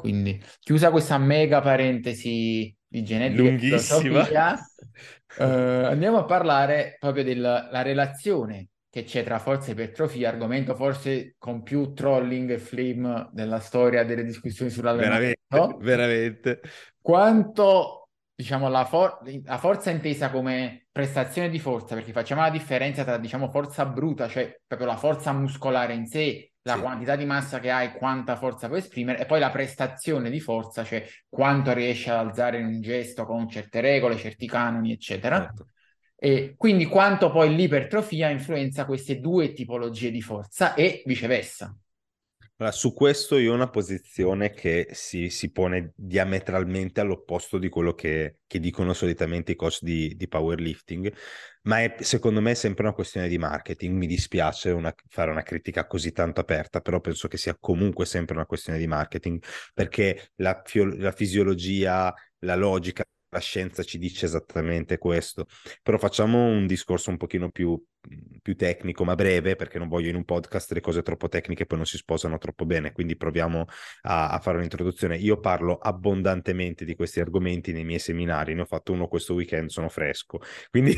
Quindi, chiusa questa mega parentesi di genetica e Lunghissima. filosofia, andiamo a parlare proprio della relazione che c'è tra forza e ipertrofia, argomento forse con più trolling e flame della storia delle discussioni Veramente, sull'allenamento. veramente. Quanto, diciamo, la forza intesa come prestazione di forza, perché facciamo la differenza tra, diciamo, forza bruta, cioè proprio la forza muscolare in sé, la Sì, quantità di massa che hai, quanta forza puoi esprimere, e poi la prestazione di forza, cioè quanto riesci ad alzare in un gesto con certe regole, certi canoni, eccetera. certo. E quindi quanto poi l'ipertrofia influenza queste due tipologie di forza e viceversa. Allora, su questo io ho una posizione che si pone diametralmente all'opposto di quello che dicono solitamente i coach di powerlifting, ma è secondo me sempre una questione di marketing. Mi dispiace fare una critica così tanto aperta, però penso che sia comunque sempre una questione di marketing, perché la fisiologia, la logica, la scienza ci dice esattamente questo. Però facciamo un discorso un pochino più tecnico, ma breve, perché non voglio in un podcast le cose troppo tecniche poi non si sposano troppo bene, quindi proviamo a fare un'introduzione. Io parlo abbondantemente di questi argomenti nei miei seminari, ne ho fatto uno questo weekend, sono fresco, quindi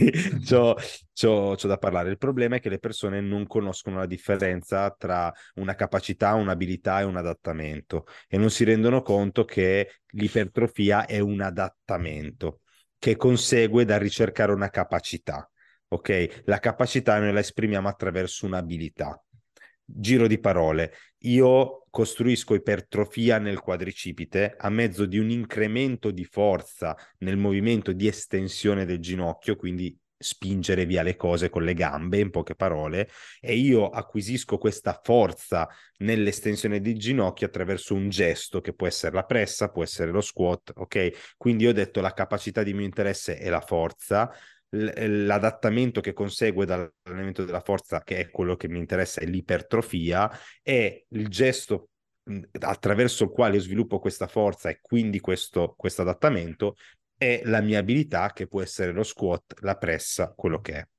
c'ho da parlare. Il problema è che le persone non conoscono la differenza tra una capacità, un'abilità e un adattamento e non si rendono conto che l'ipertrofia è un adattamento che consegue dal ricercare una capacità. Ok, la capacità noi la esprimiamo attraverso un'abilità. Giro di parole, io costruisco ipertrofia nel quadricipite a mezzo di un incremento di forza nel movimento di estensione del ginocchio, quindi spingere via le cose con le gambe, in poche parole, e io acquisisco questa forza nell'estensione del ginocchio attraverso un gesto che può essere la pressa, può essere lo squat, ok? Quindi io ho detto la capacità di mio interesse è la forza, l'adattamento che consegue dall'allenamento della forza, che è quello che mi interessa, è l'ipertrofia, e il gesto attraverso il quale io sviluppo questa forza e quindi questo adattamento è la mia abilità, che può essere lo squat, la pressa, quello che è.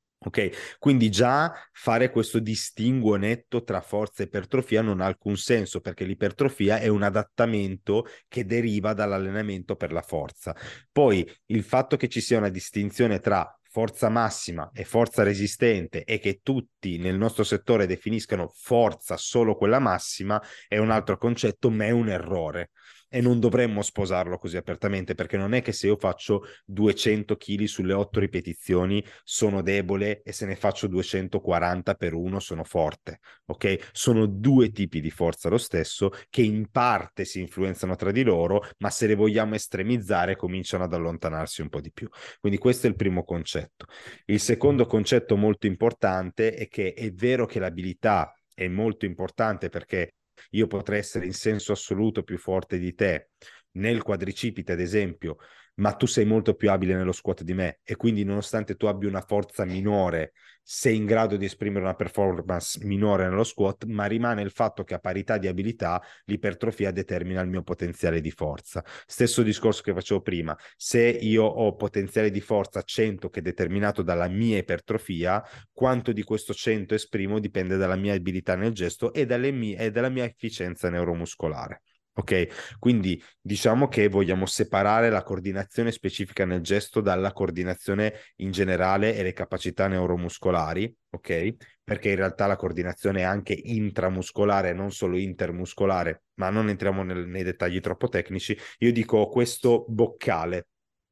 Ok, quindi già fare questo distinguo netto tra forza e ipertrofia non ha alcun senso, perché l'ipertrofia è un adattamento che deriva dall'allenamento per la forza. Poi il fatto che ci sia una distinzione tra forza massima e forza resistente e che tutti nel nostro settore definiscano forza solo quella massima è un altro concetto, ma è un errore. E non dovremmo sposarlo così apertamente, perché non è che se io faccio 200 kg sulle 8 ripetizioni sono debole e se ne faccio 240 per uno sono forte, ok? Sono due tipi di forza lo stesso che in parte si influenzano tra di loro, ma se le vogliamo estremizzare cominciano ad allontanarsi un po' di più. Quindi questo è il primo concetto. Il secondo concetto molto importante è che è vero che l'abilità è molto importante, perché io potrei essere in senso assoluto più forte di te nel quadricipite, ad esempio, ma tu sei molto più abile nello squat di me e quindi nonostante tu abbia una forza minore, sei in grado di esprimere una performance minore nello squat, ma rimane il fatto che a parità di abilità l'ipertrofia determina il mio potenziale di forza. Stesso discorso che facevo prima, se io ho potenziale di forza 100 che è determinato dalla mia ipertrofia, quanto di questo 100 esprimo dipende dalla mia abilità nel gesto e dalla mia efficienza neuromuscolare. Ok, quindi diciamo che vogliamo separare la coordinazione specifica nel gesto dalla coordinazione in generale e le capacità neuromuscolari, ok? Perché in realtà la coordinazione è anche intramuscolare, non solo intermuscolare, ma non entriamo nei dettagli troppo tecnici. Io dico questo boccale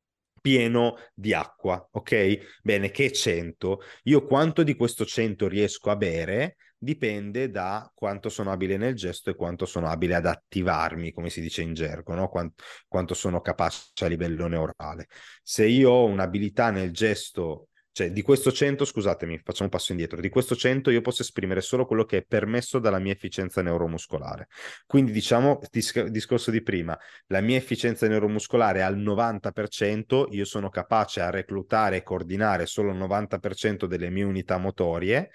pieno di acqua, ok? Bene, che 100. Io quanto di questo 100 riesco a bere dipende da quanto sono abile nel gesto e quanto sono abile ad attivarmi, come si dice in gergo, no? Quanto sono capace a livello neurale. Se io ho un'abilità nel gesto, cioè di questo 100, scusatemi, facciamo un passo indietro, di questo 100 io posso esprimere solo quello che è permesso dalla mia efficienza neuromuscolare. Quindi diciamo, discorso di prima, la mia efficienza neuromuscolare è al 90%, io sono capace a reclutare e coordinare solo il 90% delle mie unità motorie,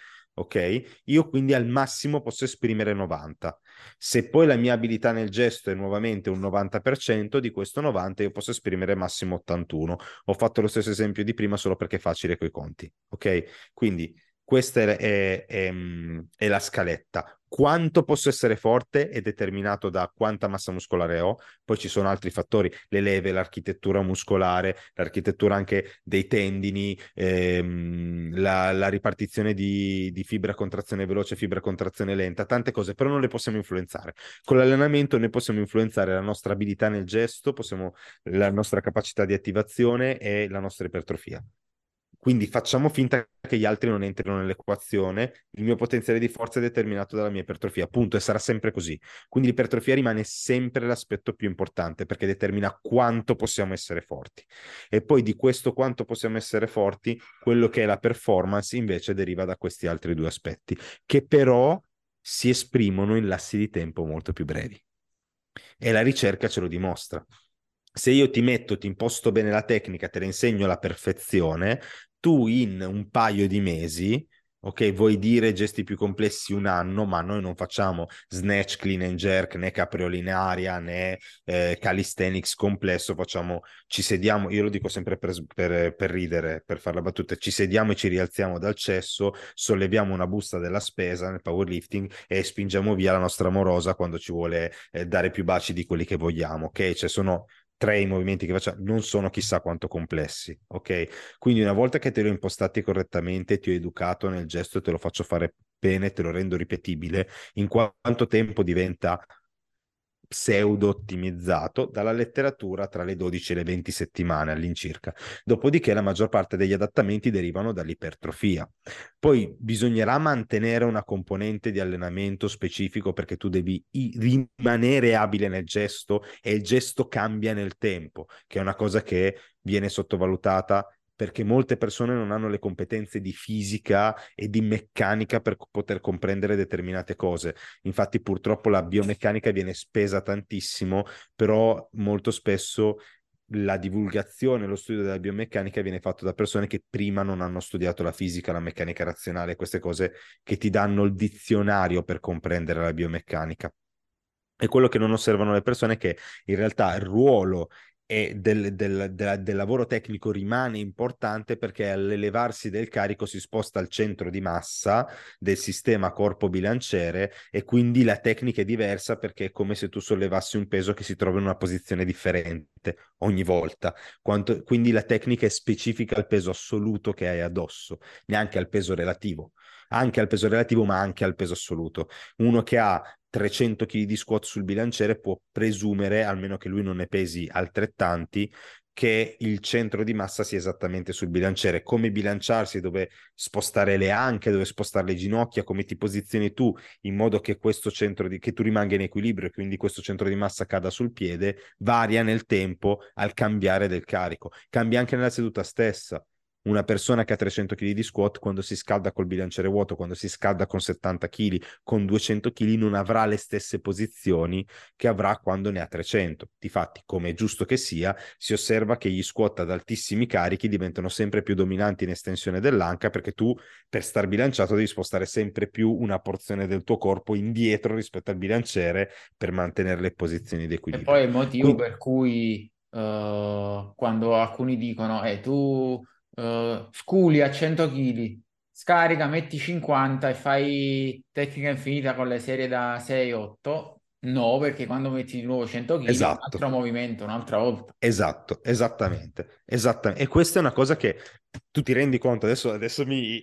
ok? Io quindi al massimo posso esprimere 90. Se poi la mia abilità nel gesto è nuovamente un 90%, di questo 90 io posso esprimere massimo 81. Ho fatto lo stesso esempio di prima solo perché è facile coi conti, ok? Quindi Questa è la scaletta. Quanto posso essere forte è determinato da quanta massa muscolare ho, poi ci sono altri fattori, le leve, l'architettura muscolare, l'architettura anche dei tendini, la ripartizione di fibra a contrazione veloce, fibra a contrazione lenta, tante cose, però non le possiamo influenzare. Con l'allenamento noi possiamo influenzare la nostra abilità nel gesto, la nostra capacità di attivazione e la nostra ipertrofia. Quindi facciamo finta che gli altri non entrino nell'equazione, il mio potenziale di forza è determinato dalla mia ipertrofia, appunto, e sarà sempre così. Quindi l'ipertrofia rimane sempre l'aspetto più importante perché determina quanto possiamo essere forti. E poi di questo quanto possiamo essere forti, quello che è la performance invece deriva da questi altri due aspetti, che però si esprimono in lassi di tempo molto più brevi. E la ricerca ce lo dimostra. Se io ti imposto bene la tecnica, te la insegno alla perfezione, tu in un paio di mesi, ok, vuoi dire gesti più complessi un anno, ma noi non facciamo snatch, clean and jerk, né caprioli in aria, né calisthenics complesso, ci sediamo, io lo dico sempre per ridere, per fare la battuta, ci sediamo e ci rialziamo dal cesso, solleviamo una busta della spesa nel powerlifting e spingiamo via la nostra amorosa quando ci vuole dare più baci di quelli che vogliamo, ok? Cioè sono tre i movimenti che facciamo, non sono chissà quanto complessi, ok? Quindi una volta che te li ho impostati correttamente, ti ho educato nel gesto e te lo faccio fare bene, te lo rendo ripetibile, in quanto tempo diventa pseudo ottimizzato dalla letteratura tra le 12 e le 20 settimane all'incirca. Dopodiché la maggior parte degli adattamenti derivano dall'ipertrofia. Poi bisognerà mantenere una componente di allenamento specifico perché tu devi rimanere abile nel gesto e il gesto cambia nel tempo, che è una cosa che viene sottovalutata perché molte persone non hanno le competenze di fisica e di meccanica per poter comprendere determinate cose. Infatti purtroppo la biomeccanica viene spesa tantissimo, però molto spesso la divulgazione, lo studio della biomeccanica viene fatto da persone che prima non hanno studiato la fisica, la meccanica razionale, queste cose che ti danno il dizionario per comprendere la biomeccanica. E quello che non osservano le persone è che in realtà il ruolo del lavoro tecnico rimane importante perché all'elevarsi del carico si sposta al centro di massa del sistema corpo bilanciere e quindi la tecnica è diversa perché è come se tu sollevassi un peso che si trova in una posizione differente ogni volta. Quindi la tecnica è specifica al peso assoluto che hai addosso, neanche al peso relativo. Anche al peso relativo, ma anche al peso assoluto. Uno che ha 300 kg di squat sul bilanciere può presumere, almeno che lui non ne pesi altrettanti, che il centro di massa sia esattamente sul bilanciere. Come bilanciarsi, dove spostare le anche, dove spostare le ginocchia, come ti posizioni tu in modo che che tu rimanga in equilibrio e quindi questo centro di massa cada sul piede, varia nel tempo al cambiare del carico. Cambia anche nella seduta stessa. Una persona che ha 300 kg di squat, quando si scalda col bilanciere vuoto, quando si scalda con 70 kg, con 200 kg, non avrà le stesse posizioni che avrà quando ne ha 300. Difatti, come è giusto che sia, si osserva che gli squat ad altissimi carichi diventano sempre più dominanti in estensione dell'anca perché tu, per star bilanciato, devi spostare sempre più una porzione del tuo corpo indietro rispetto al bilanciere per mantenere le posizioni di E poi equilibrio. è il motivo Quindi, per cui quando alcuni dicono tu sculi a 100 kg, scarica, metti 50 e fai tecnica infinita con le serie da 6-8, no, perché quando metti di nuovo 100 kg è un esatto. altro movimento, un'altra volta. Esatto, esattamente, esattamente. E questa è una cosa che tu ti rendi conto, adesso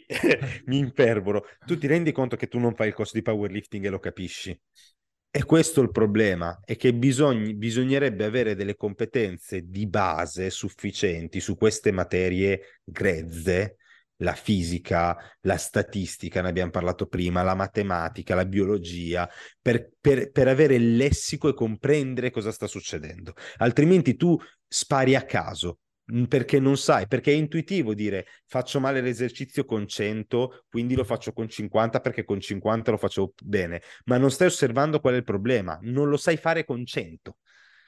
mi imperboro, tu ti rendi conto che tu non fai il corso di powerlifting e lo capisci. E questo è il problema, è che bisognerebbe avere delle competenze di base sufficienti su queste materie grezze, la fisica, la statistica, ne abbiamo parlato prima, la matematica, la biologia, per avere il lessico e comprendere cosa sta succedendo. Altrimenti tu spari a caso. Perché non sai, perché è intuitivo dire faccio male l'esercizio con 100, quindi lo faccio con 50 perché con 50 lo faccio bene, ma non stai osservando qual è il problema, non lo sai fare con 100.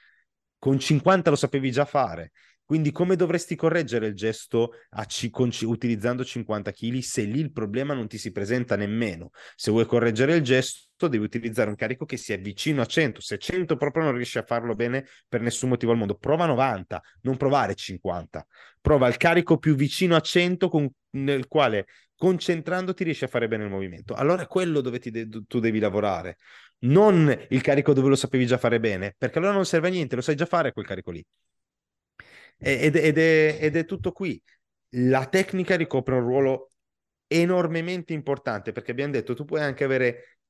Con 50 lo sapevi già fare. Quindi come dovresti correggere il gesto utilizzando 50 kg se lì il problema non ti si presenta nemmeno? Se vuoi correggere il gesto devi utilizzare un carico che sia vicino a 100. Se 100 proprio non riesci a farlo bene per nessun motivo al mondo, prova 90, non provare 50. Prova il carico più vicino a 100 nel quale concentrandoti riesci a fare bene il movimento. Allora è quello dove tu devi lavorare, non il carico dove lo sapevi già fare bene, perché allora non serve a niente, lo sai già fare quel carico lì. Ed è tutto qui. La tecnica ricopre un ruolo enormemente importante, perché abbiamo detto tu puoi anche avere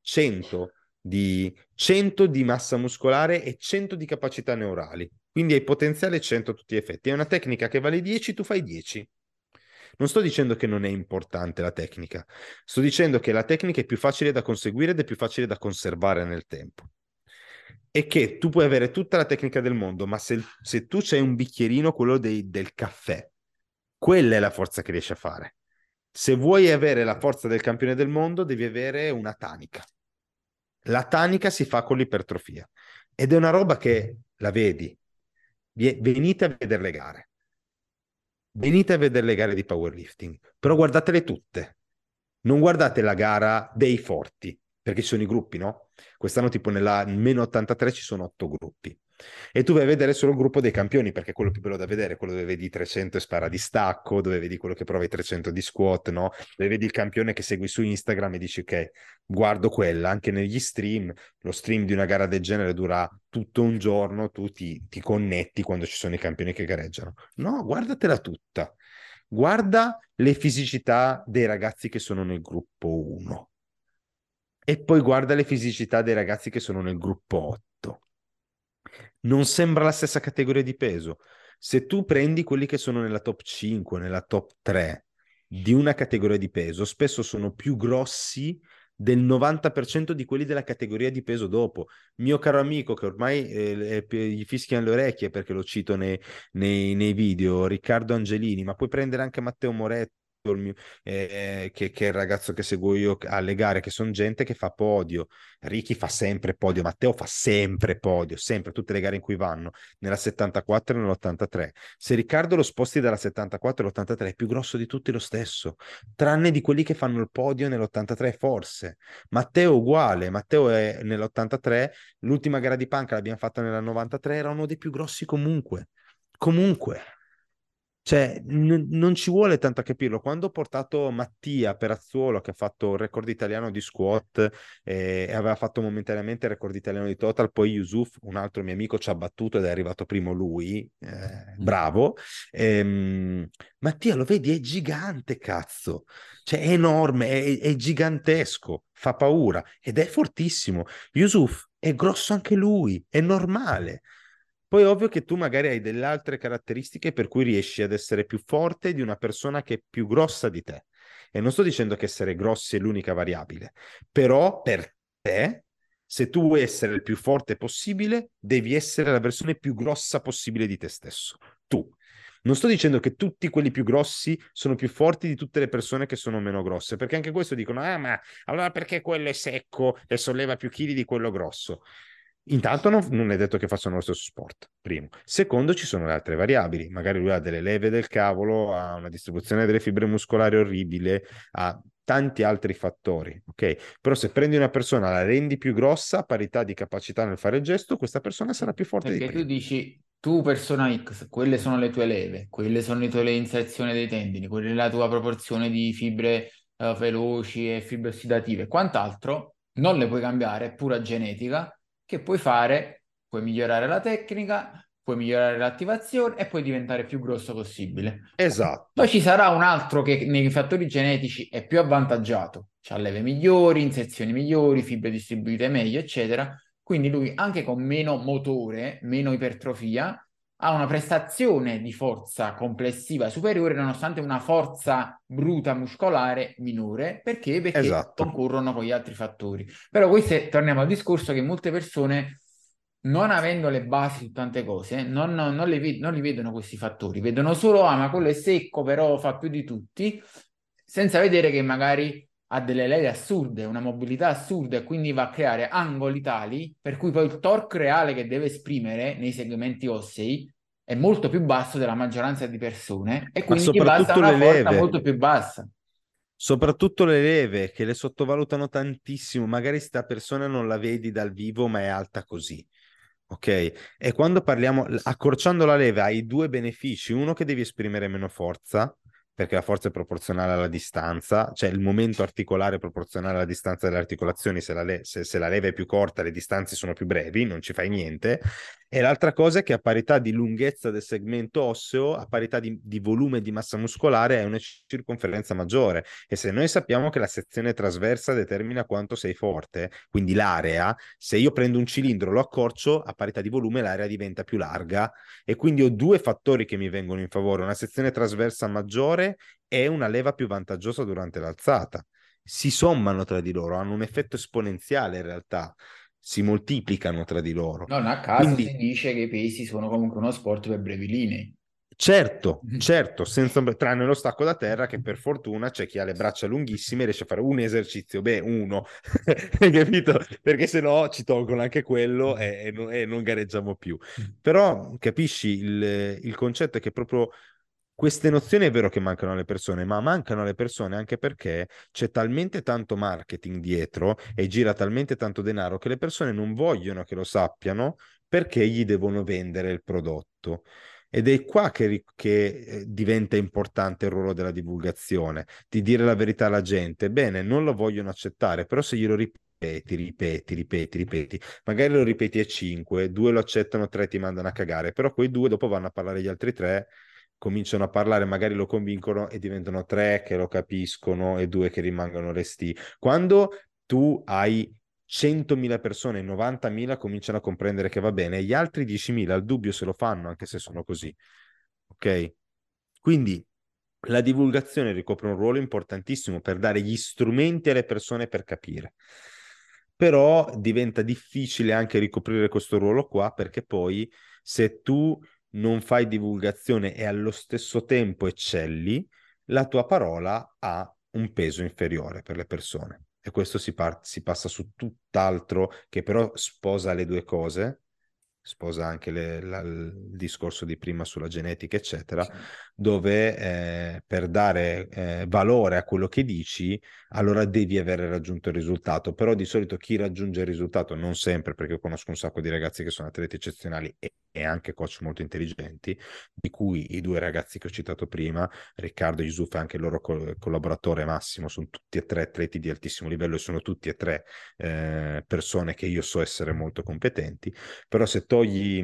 100 di massa muscolare e 100 di capacità neurali, quindi hai potenziale 100 a tutti gli effetti. È una tecnica che vale 10, tu fai 10. Non sto dicendo che non è importante la tecnica, sto dicendo che la tecnica è più facile da conseguire ed è più facile da conservare nel tempo. E che tu puoi avere tutta la tecnica del mondo, ma se tu c'hai un bicchierino, quello del caffè, quella è la forza che riesci a fare. Se vuoi avere la forza del campione del mondo, devi avere una tanica. La tanica si fa con l'ipertrofia ed è una roba che la vedi. Venite a vedere le gare. Venite a vedere le gare di powerlifting, però guardatele tutte. Non guardate la gara dei forti, perché ci sono i gruppi, no? Quest'anno tipo nella meno 83 ci sono 8 gruppi. E tu vai a vedere solo il gruppo dei campioni, perché è quello più bello da vedere, quello dove vedi i 300 e spara di stacco, dove vedi quello che prova i 300 di squat, no? Dove vedi il campione che segui su Instagram e dici, ok, guardo quella, anche negli stream, lo stream di una gara del genere dura tutto un giorno, tu ti connetti quando ci sono i campioni che gareggiano. No, guardatela tutta. Guarda le fisicità dei ragazzi che sono nel gruppo 1 e poi guarda le fisicità dei ragazzi che sono nel gruppo 8. Non sembra la stessa categoria di peso. Se tu prendi quelli che sono nella top 5, nella top 3 di una categoria di peso, spesso sono più grossi del 90% di quelli della categoria di peso dopo. Mio caro amico, che ormai gli fischiano le orecchie perché lo cito nei video, Riccardo Angelini, ma puoi prendere anche Matteo Moretto, che è il ragazzo che seguo io alle gare, che sono gente che fa podio. Ricky fa sempre podio, Matteo fa sempre podio, sempre, tutte le gare in cui vanno, nella 74 e nell'83. Se Riccardo lo sposti dalla 74 all'83 è più grosso di tutti lo stesso, tranne di quelli che fanno il podio nell'83 forse. Matteo uguale, Matteo è nell'83, l'ultima gara di panca l'abbiamo fatta nella 93, era uno dei più grossi comunque. Comunque. Cioè, non ci vuole tanto a capirlo. Quando ho portato Mattia Perazzuolo, che ha fatto il record italiano di squat e aveva fatto momentaneamente il record italiano di total, poi Yusuf, un altro mio amico, ci ha battuto ed è arrivato primo lui, bravo. Mattia, lo vedi, è gigante, cazzo. Cioè, è enorme, è gigantesco, fa paura ed è fortissimo. Yusuf è grosso anche lui, è normale. Poi è ovvio che tu magari hai delle altre caratteristiche per cui riesci ad essere più forte di una persona che è più grossa di te. E non sto dicendo che essere grossi è l'unica variabile, però per te, se tu vuoi essere il più forte possibile, devi essere la versione più grossa possibile di te stesso. Tu. Non sto dicendo che tutti quelli più grossi sono più forti di tutte le persone che sono meno grosse, perché anche questo dicono, ah, ma allora perché quello è secco e solleva più chili di quello grosso? Intanto non è detto che facciano lo stesso sport, primo. Secondo, ci sono le altre variabili. Magari lui ha delle leve del cavolo, ha una distribuzione delle fibre muscolari orribile, ha tanti altri fattori, ok? Però se prendi una persona, la rendi più grossa, a parità di capacità nel fare il gesto, questa persona sarà più forte di Perché tu prima. dici, tu persona X, quelle sono le tue leve, quelle sono le inserzioni dei tendini, quella è la tua proporzione di fibre veloci e fibre ossidative. Quant'altro non le puoi cambiare, è pura genetica, che puoi fare, puoi migliorare la tecnica, puoi migliorare l'attivazione e puoi diventare più grosso possibile. Poi Esatto, ci sarà un altro che nei fattori genetici è più avvantaggiato, ha leve migliori, inserzioni migliori, fibre distribuite meglio, eccetera. Quindi lui, anche con meno motore, meno ipertrofia, ha una prestazione di forza complessiva superiore nonostante una forza bruta muscolare minore. Perché? Perché esatto. concorrono con gli altri fattori. Però questo, torniamo al discorso che molte persone, non avendo le basi su tante cose, non li vedono questi fattori. Vedono solo, ah, ma quello è secco, però fa più di tutti, senza vedere che magari ha delle leve assurde, una mobilità assurda e quindi va a creare angoli tali per cui poi il torque reale che deve esprimere nei segmenti ossei è molto più basso della maggioranza di persone e Ma quindi gli basta una forza molto più bassa. soprattutto le leve, che le sottovalutano tantissimo. Magari sta persona non la vedi dal vivo, ma è alta così. Ok, e quando parliamo, accorciando la leva hai due benefici, uno che devi esprimere meno forza, perché la forza è proporzionale alla distanza, cioè il momento articolare è proporzionale alla distanza delle articolazioni, se la leva è più corta le distanze sono più brevi, non ci fai niente. E l'altra cosa è che a parità di lunghezza del segmento osseo, a parità di volume di massa muscolare, hai una circonferenza maggiore. E se noi sappiamo che la sezione trasversa determina quanto sei forte, quindi l'area, se io prendo un cilindro, lo accorcio, a parità di volume l'area diventa più larga e quindi ho due fattori che mi vengono in favore, una sezione trasversa maggiore e una leva più vantaggiosa durante l'alzata. Si sommano tra di loro, hanno un effetto esponenziale in realtà, si moltiplicano tra di loro. Non a caso Quindi si dice che i pesi sono comunque uno sport per brevi linee. certo, certo, tranne lo stacco da terra che per fortuna c'è chi ha le braccia lunghissime e riesce a fare un esercizio, beh, uno, hai capito? Perché se no ci tolgono anche quello e non gareggiamo più. Però capisci il concetto è che proprio queste nozioni è vero che mancano alle persone, ma mancano alle persone anche perché c'è talmente tanto marketing dietro e gira talmente tanto denaro che le persone non vogliono che lo sappiano perché gli devono vendere il prodotto. Ed è qua che diventa importante il ruolo della divulgazione, di dire la verità alla gente. Bene, non lo vogliono accettare, però se glielo ripeti, magari lo ripeti a 5, due lo accettano, tre ti mandano a cagare, però quei due dopo vanno a parlare agli altri tre, cominciano a parlare, magari lo convincono e diventano tre che lo capiscono e due che rimangono resti. Quando tu hai 100.000 persone, 90.000 cominciano a comprendere che va bene, e gli altri 10.000 al dubbio se lo fanno, anche se sono così. Ok? Quindi la divulgazione ricopre un ruolo importantissimo per dare gli strumenti alle persone per capire. Però diventa difficile anche ricoprire questo ruolo qua perché poi se tu non fai divulgazione e allo stesso tempo eccelli, la tua parola ha un peso inferiore per le persone. E questo si passa su tutt'altro che però sposa le due cose, sposa anche il discorso di prima sulla genetica, eccetera, Sì. dove per dare valore a quello che dici, allora devi avere raggiunto il risultato. Però di solito chi raggiunge il risultato, non sempre, perché io conosco un sacco di ragazzi che sono atleti eccezionali e anche coach molto intelligenti, di cui i due ragazzi che ho citato prima, Riccardo e Yusuf, e anche il loro collaboratore Massimo, sono tutti e tre atleti di altissimo livello e sono tutti e tre persone che io so essere molto competenti. Però se togli,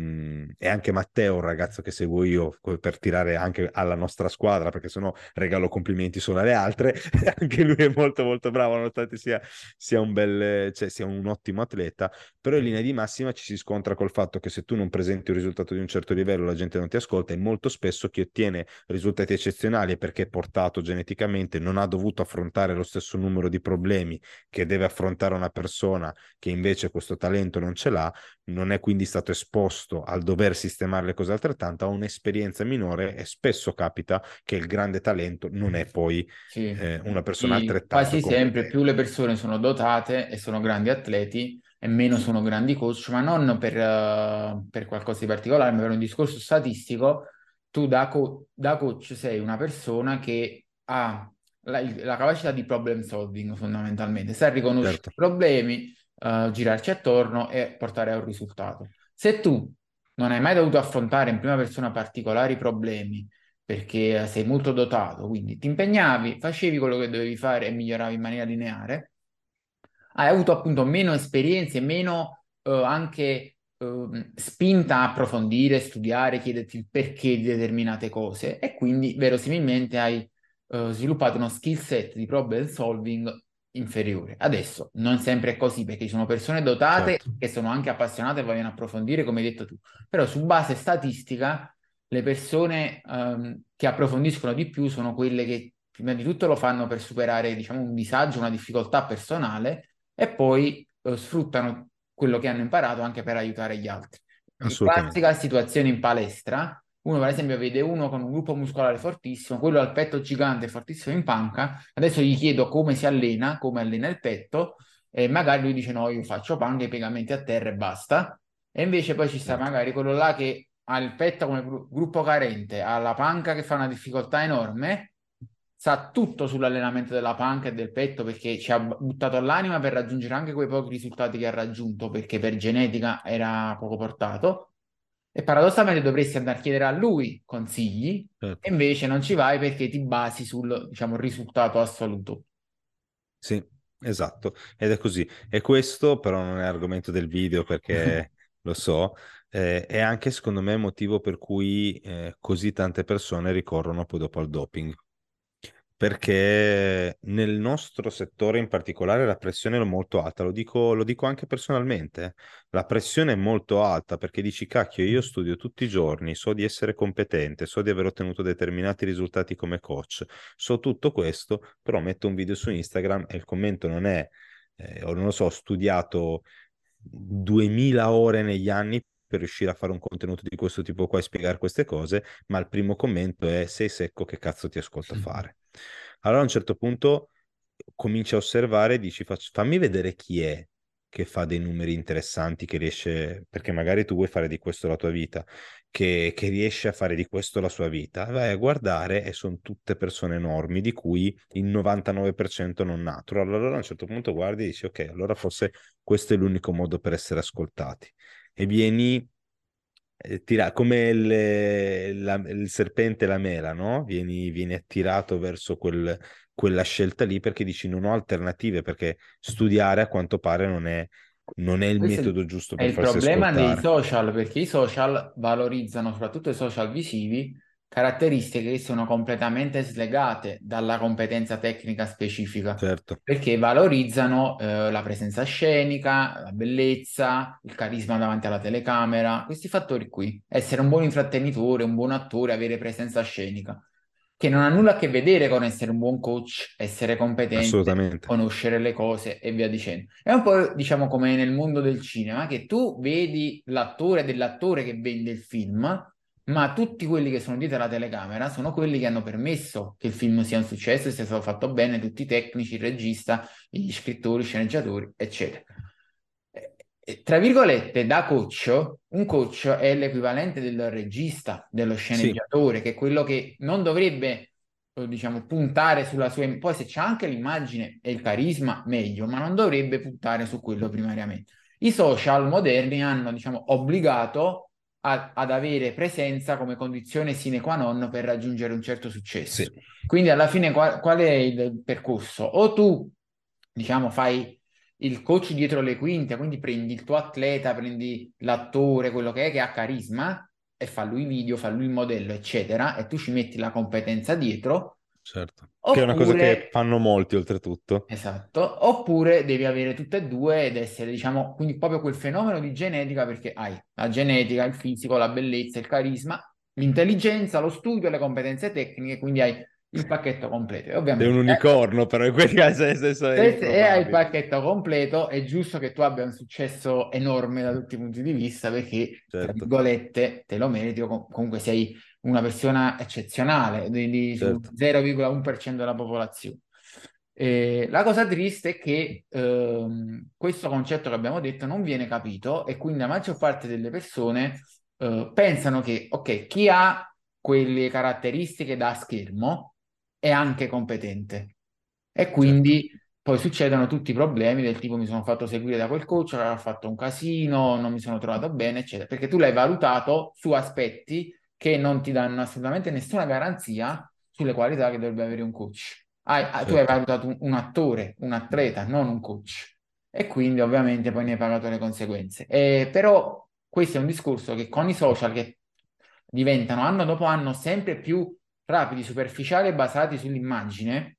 e anche Matteo, un ragazzo che seguo io per tirare anche alla nostra squadra, perché sennò regalo complimenti solo alle altre, anche lui è molto molto bravo, nonostante sia un bel, cioè sia un ottimo atleta, però in linea di massima ci si scontra col fatto che se tu non presenti un risultato di un certo livello, la gente non ti ascolta e molto spesso chi ottiene risultati eccezionali è perché è portato geneticamente, non ha dovuto affrontare lo stesso numero di problemi che deve affrontare una persona che invece questo talento non ce l'ha, non è quindi stato esposto al dover sistemare le cose altrettanto, ha un'esperienza minore e spesso capita che il grande talento non è poi Sì, una persona sì, altrettanto quasi sempre più competente. le persone sono dotate e sono grandi atleti e meno sono grandi coach, ma non per qualcosa di particolare, ma per un discorso statistico. Tu da coach sei una persona che ha la capacità di problem solving fondamentalmente, sa riconoscere Certo, i problemi, girarci attorno e portare a un risultato. Se tu non hai mai dovuto affrontare in prima persona particolari problemi, perché sei molto dotato, quindi ti impegnavi, facevi quello che dovevi fare e miglioravi in maniera lineare, hai avuto appunto meno esperienze, meno anche spinta a approfondire, studiare, chiederti il perché di determinate cose e quindi verosimilmente hai sviluppato uno skill set di problem solving inferiore. Adesso non sempre è così perché ci sono persone dotate certo, che sono anche appassionate e vogliono approfondire, come hai detto tu, però su base statistica le persone che approfondiscono di più sono quelle che prima di tutto lo fanno per superare, diciamo, un disagio, una difficoltà personale e poi sfruttano quello che hanno imparato anche per aiutare gli altri. assolutamente. Classica situazione in palestra, uno per esempio vede uno con un gruppo muscolare fortissimo, quello al petto gigante, fortissimo in panca, adesso gli chiedo come si allena, come allena il petto, e magari lui dice no, io faccio panca, i piegamenti a terra e basta. E invece poi ci sta Certo. magari quello là che ha il petto come gruppo carente, ha la panca che fa una difficoltà enorme, sa tutto sull'allenamento della panca e del petto perché ci ha buttato all'anima per raggiungere anche quei pochi risultati che ha raggiunto perché per genetica era poco portato. E paradossalmente dovresti andare a chiedere a lui consigli, e certo. invece non ci vai perché ti basi sul, diciamo, risultato assoluto. Sì, esatto, ed è così. E questo però non è argomento del video perché lo so, è anche secondo me il motivo per cui così tante persone ricorrono poi dopo al doping. Perché nel nostro settore in particolare la pressione è molto alta, lo dico anche personalmente. La pressione è molto alta perché dici, cacchio, io studio tutti i giorni, so di essere competente, so di aver ottenuto determinati risultati come coach, so tutto questo, però metto un video su Instagram e il commento non è, o non lo so, ho studiato 2000 ore negli anni per riuscire a fare un contenuto di questo tipo qua e spiegare queste cose, ma il primo commento è sei secco, che cazzo ti ascolto fare? Allora a un certo punto cominci a osservare e dici fammi vedere chi è che fa dei numeri interessanti, che riesce, perché magari tu vuoi fare di questo la tua vita, che riesce a fare di questo la sua vita, vai a guardare e sono tutte persone enormi, di cui il 99% non natural. Allora a un certo punto guardi e dici, ok, allora forse questo è l'unico modo per essere ascoltati. E vieni come il serpente e la mela, no? Vieni attirato verso quella scelta lì perché dici non ho alternative, perché studiare a quanto pare non è il Questo metodo giusto è per il farsi problema dei ascoltare. social, perché i social valorizzano, soprattutto i social visivi, caratteristiche che sono completamente slegate dalla competenza tecnica specifica, Certo, perché valorizzano la presenza scenica, la bellezza, il carisma davanti alla telecamera, questi fattori qui. Essere un buon intrattenitore, un buon attore, avere presenza scenica, che non ha nulla a che vedere con essere un buon coach, essere competente, assolutamente. conoscere le cose e via dicendo. È un po', diciamo, come nel mondo del cinema, che tu vedi l'attore dell'attore che vende il film, ma tutti quelli che sono dietro la telecamera sono quelli che hanno permesso che il film sia un successo, sia stato fatto bene, tutti i tecnici, il regista, gli scrittori, i sceneggiatori, eccetera. Tra virgolette, da coach, un coach è l'equivalente del regista, dello Sì, sceneggiatore, che è quello che non dovrebbe, diciamo, puntare sulla sua... Poi se c'è anche l'immagine e il carisma, meglio, ma non dovrebbe puntare su quello primariamente. I social moderni hanno, diciamo, obbligato ad avere presenza come condizione sine qua non per raggiungere un certo sì, successo. Quindi alla fine qual è il percorso? O tu, diciamo, fai il coach dietro le quinte, quindi prendi il tuo atleta, prendi l'attore, quello che ha carisma, e fa lui i video, fa lui il modello, eccetera, e tu ci metti la competenza dietro, certo. Che è una cosa che oppure fanno molti oltretutto. esatto, oppure devi avere tutte e due ed essere, diciamo, quindi proprio quel fenomeno di genetica perché hai la genetica, il fisico, la bellezza, il carisma, l'intelligenza, lo studio, le competenze tecniche, quindi hai il pacchetto completo. E Sei un ovviamente unicorno, però in quel caso nel senso è se hai il improbabile. pacchetto completo, è giusto che tu abbia un successo enorme da tutti i punti di vista perché, tra Certo, virgolette, te lo meriti o comunque sei una persona eccezionale, su certo, 0,1% della popolazione. La cosa triste è che questo concetto che abbiamo detto non viene capito e quindi la maggior parte delle persone pensano che, ok, chi ha quelle caratteristiche da schermo è anche competente. E certo, quindi poi succedono tutti i problemi del tipo mi sono fatto seguire da quel coach, aveva fatto un casino, non mi sono trovato bene, eccetera, perché tu l'hai valutato su aspetti che non ti danno assolutamente nessuna garanzia sulle qualità che dovrebbe avere un coach. Tu hai certo, valutato un attore, un atleta, non un coach. E quindi ovviamente poi ne hai pagato le conseguenze. Però questo è un discorso che con i social che diventano anno dopo anno sempre più rapidi, superficiali e basati sull'immagine,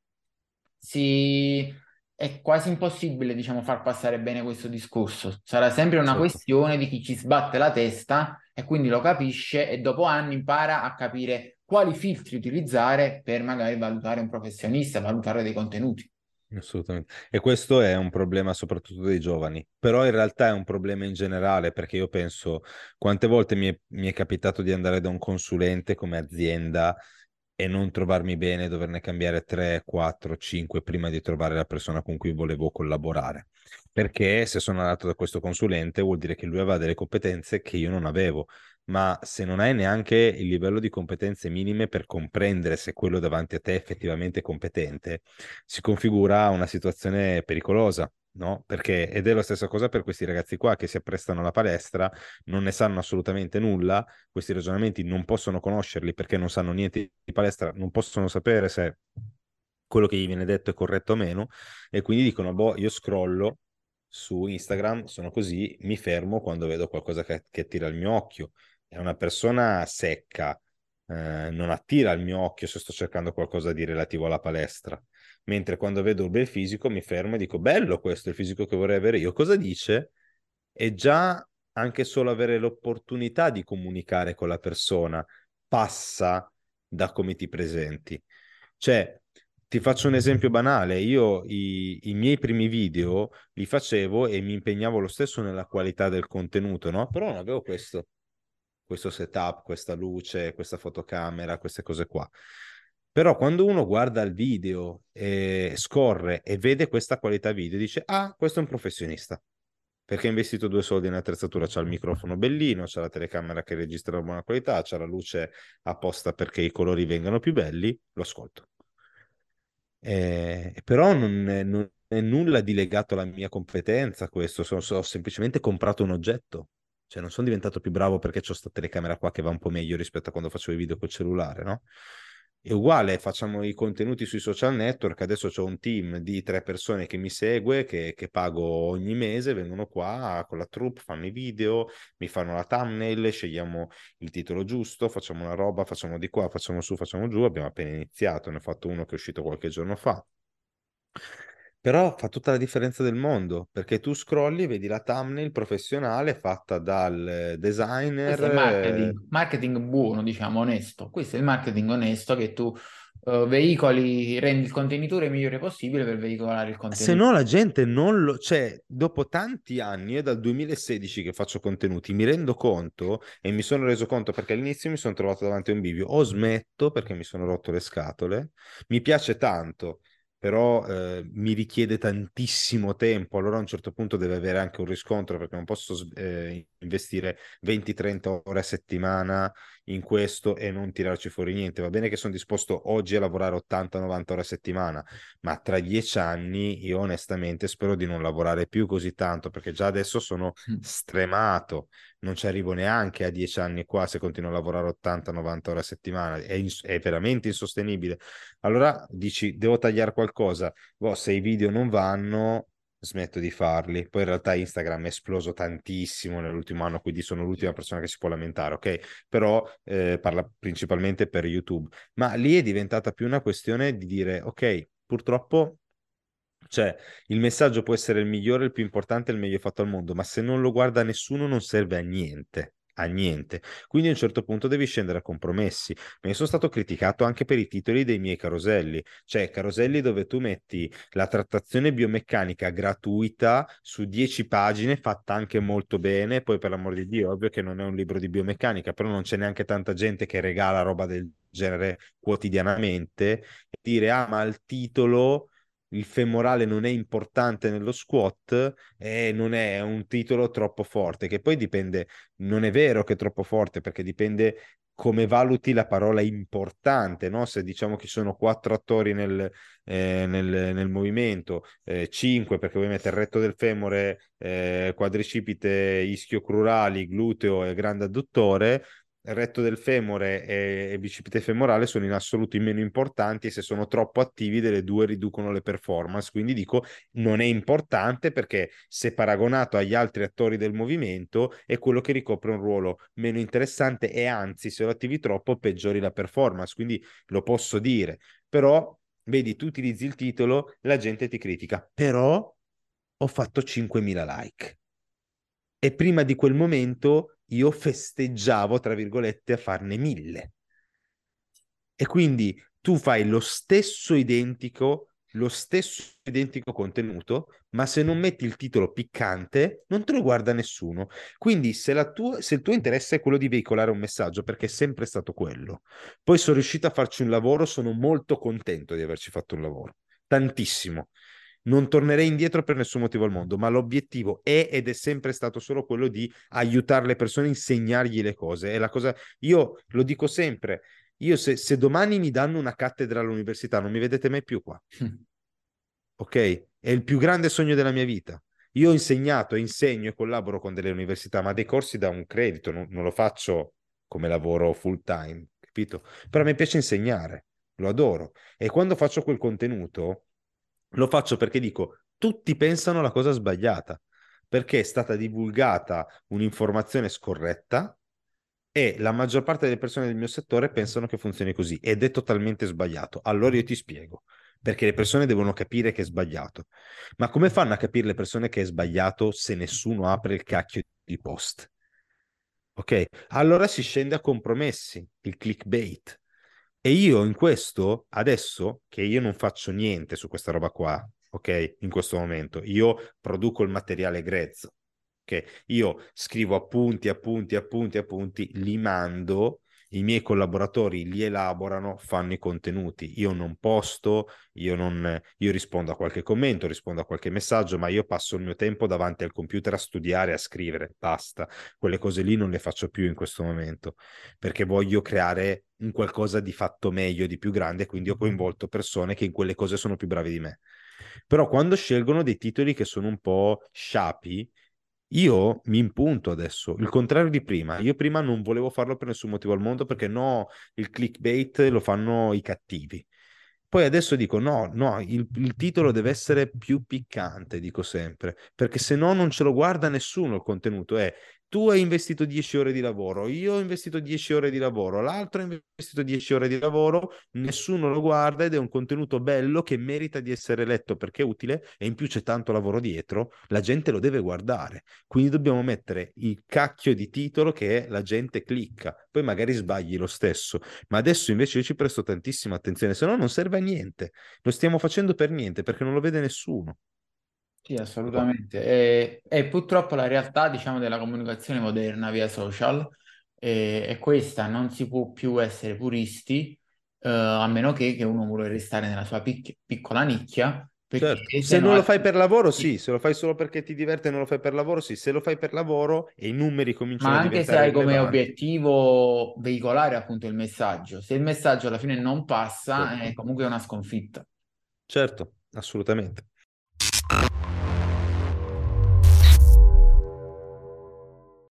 si... è quasi impossibile, diciamo, far passare bene questo discorso. Sarà sempre una certo. questione di chi ci sbatte la testa e quindi lo capisce e dopo anni impara a capire quali filtri utilizzare per magari valutare un professionista, valutare dei contenuti. Assolutamente. E questo è un problema soprattutto dei giovani, però in realtà è un problema in generale perché io penso quante volte mi è capitato di andare da un consulente come azienda e non trovarmi bene, doverne cambiare 3, 4, 5 prima di trovare la persona con cui volevo collaborare. Perché se sono andato da questo consulente vuol dire che lui aveva delle competenze che io non avevo, ma se non hai neanche il livello di competenze minime per comprendere se quello davanti a te è effettivamente competente, si configura una situazione pericolosa, no? Perché, ed è la stessa cosa per questi ragazzi qua che si apprestano alla palestra, non ne sanno assolutamente nulla, questi ragionamenti non possono conoscerli perché non sanno niente di palestra, non possono sapere se quello che gli viene detto è corretto o meno, e quindi dicono, boh, io scrollo su Instagram, sono così, mi fermo quando vedo qualcosa che attira il mio occhio. È una persona secca, non attira il mio occhio se sto cercando qualcosa di relativo alla palestra. Mentre quando vedo un bel fisico mi fermo e dico, bello questo, è il fisico che vorrei avere io. Cosa dice? E già anche solo avere l'opportunità di comunicare con la persona passa da come ti presenti. Cioè, ti faccio un esempio banale, io i miei primi video li facevo e mi impegnavo lo stesso nella qualità del contenuto, no? Però non avevo questo setup, questa luce, questa fotocamera, queste cose qua. Però quando uno guarda il video, scorre e vede questa qualità video, dice, ah, questo è un professionista perché ha investito 2 soldi in attrezzatura, c'ha il microfono bellino, c'ha la telecamera che registra a buona qualità, c'ha la luce apposta perché i colori vengano più belli, lo ascolto. Però non è nulla di legato alla mia competenza questo, ho semplicemente comprato un oggetto, cioè non sono diventato più bravo perché c'ho questa telecamera qua che va un po' meglio rispetto a quando facevo i video col cellulare, no? È uguale, facciamo i contenuti sui social network, adesso c'ho un team di 3 persone che mi segue, che pago ogni mese, vengono qua con la troupe, fanno i video, mi fanno la thumbnail, scegliamo il titolo giusto, facciamo una roba, facciamo di qua, facciamo su, facciamo giù, abbiamo appena iniziato, ne ho fatto uno che è uscito qualche giorno fa. Però fa tutta la differenza del mondo, perché tu scrolli, vedi la thumbnail professionale fatta dal Questo è designer. marketing, marketing buono, diciamo, onesto. Questo è il marketing onesto che tu veicoli, rendi il contenitore migliore possibile per veicolare il Se contenuto. no la gente non lo... Cioè, dopo tanti anni, è dal 2016 che faccio contenuti, mi rendo conto e mi sono reso conto perché all'inizio mi sono trovato davanti a un bivio, o smetto perché mi sono rotto le scatole, mi piace tanto, però mi richiede tantissimo tempo, allora a un certo punto deve avere anche un riscontro perché non posso investire 20-30 ore a settimana in questo e non tirarci fuori niente. Va bene che sono disposto oggi a lavorare 80-90 ore a settimana, ma tra 10 anni io onestamente spero di non lavorare più così tanto perché già adesso sono stremato, non ci arrivo neanche a 10 anni qua se continuo a lavorare 80-90 ore a settimana, è veramente insostenibile. Allora dici, devo tagliare qualcosa, boh, se i video non vanno smetto di farli. Poi in realtà Instagram è esploso tantissimo nell'ultimo anno, quindi sono l'ultima persona che si può lamentare, ok? Però parla principalmente per YouTube. Ma lì è diventata più una questione di dire, ok, purtroppo, cioè, il messaggio può essere il migliore, il più importante, il meglio fatto al mondo, ma se non lo guarda nessuno non serve a niente. A niente. Quindi a un certo punto devi scendere a compromessi. Me ne sono stato criticato anche per i titoli dei miei caroselli, cioè caroselli dove tu metti la trattazione biomeccanica gratuita su 10 pagine, fatta anche molto bene. Poi, per l'amor di Dio, ovvio che non è un libro di biomeccanica, però non c'è neanche tanta gente che regala roba del genere quotidianamente. E dire, ah, ma il titolo il femorale non è importante nello squat e non è un titolo troppo forte, che poi dipende, non è vero che è troppo forte, perché dipende come valuti la parola importante, no? Se diciamo che ci sono 4 attori nel movimento, 5 perché vuoi mettere retto del femore, quadricipite, ischio-crurali, gluteo e grande adduttore, retto del femore e bicipite femorale sono in assoluto i meno importanti e se sono troppo attivi delle due riducono le performance. Quindi dico non è importante perché se paragonato agli altri attori del movimento è quello che ricopre un ruolo meno interessante e anzi se lo attivi troppo peggiori la performance. Quindi lo posso dire. Però vedi, tu utilizzi il titolo, la gente ti critica. Però ho fatto 5.000 like. E prima di quel momento io festeggiavo, tra virgolette, a farne 1.000. E quindi tu fai lo stesso identico contenuto, ma se non metti il titolo piccante, non te lo guarda nessuno. Quindi se il tuo interesse è quello di veicolare un messaggio, perché è sempre stato quello, poi sono riuscito a farci un lavoro, sono molto contento di averci fatto un lavoro, tantissimo. Non tornerei indietro per nessun motivo al mondo, ma l'obiettivo è ed è sempre stato solo quello di aiutare le persone, insegnargli le cose. È la cosa, io lo dico sempre, io se domani mi danno una cattedra all'università non mi vedete mai più qua. ok? È il più grande sogno della mia vita. Io ho insegnato, insegno e collaboro con delle università, ma dei corsi da un credito, non lo faccio come lavoro full time, capito? Però a me piace insegnare, lo adoro. E quando faccio quel contenuto, lo faccio perché dico, tutti pensano la cosa sbagliata, perché è stata divulgata un'informazione scorretta e la maggior parte delle persone del mio settore pensano che funzioni così ed è totalmente sbagliato. Allora io ti spiego, perché le persone devono capire che è sbagliato. Ma come fanno a capire le persone che è sbagliato se nessuno apre il cacchio di post? Ok, allora si scende a compromessi, il clickbait. E io in questo, adesso che io non faccio niente su questa roba qua, ok, in questo momento, io produco il materiale grezzo, ok, io scrivo appunti, appunti, appunti, appunti, li mando, i miei collaboratori li elaborano, fanno i contenuti. Io non posto, io rispondo a qualche commento, rispondo a qualche messaggio, ma io passo il mio tempo davanti al computer a studiare, a scrivere, basta. Quelle cose lì non le faccio più in questo momento perché voglio creare un qualcosa di fatto meglio, di più grande, quindi ho coinvolto persone che in quelle cose sono più bravi di me. Però quando scelgono dei titoli che sono un po' sciapi, io mi impunto adesso, il contrario di prima. Io prima non volevo farlo per nessun motivo al mondo perché no, il clickbait lo fanno i cattivi. Poi adesso dico no, no, il titolo deve essere più piccante, dico sempre, perché se no non ce lo guarda nessuno il contenuto. È tu hai investito 10 ore di lavoro, io ho investito 10 ore di lavoro, l'altro ha investito 10 ore di lavoro, nessuno lo guarda ed è un contenuto bello che merita di essere letto perché è utile e in più c'è tanto lavoro dietro, la gente lo deve guardare. Quindi dobbiamo mettere il cacchio di titolo che la gente clicca, poi magari sbagli lo stesso, ma adesso invece io ci presto tantissima attenzione, se no non serve a niente, lo stiamo facendo per niente perché non lo vede nessuno. Sì, No. assolutamente. E purtroppo la realtà, diciamo, della comunicazione moderna via social è questa, non si può più essere puristi, a meno che uno vuole restare nella sua piccola nicchia, Certo, perché se se no... non lo fai per lavoro, sì, se lo fai solo perché ti diverte e non lo fai per lavoro, sì, se lo fai per lavoro e i numeri Ma cominciano a anche se diventare hai come rilevanti, obiettivo veicolare appunto il messaggio, se il messaggio alla fine non passa, è certo, comunque una sconfitta. certo, assolutamente.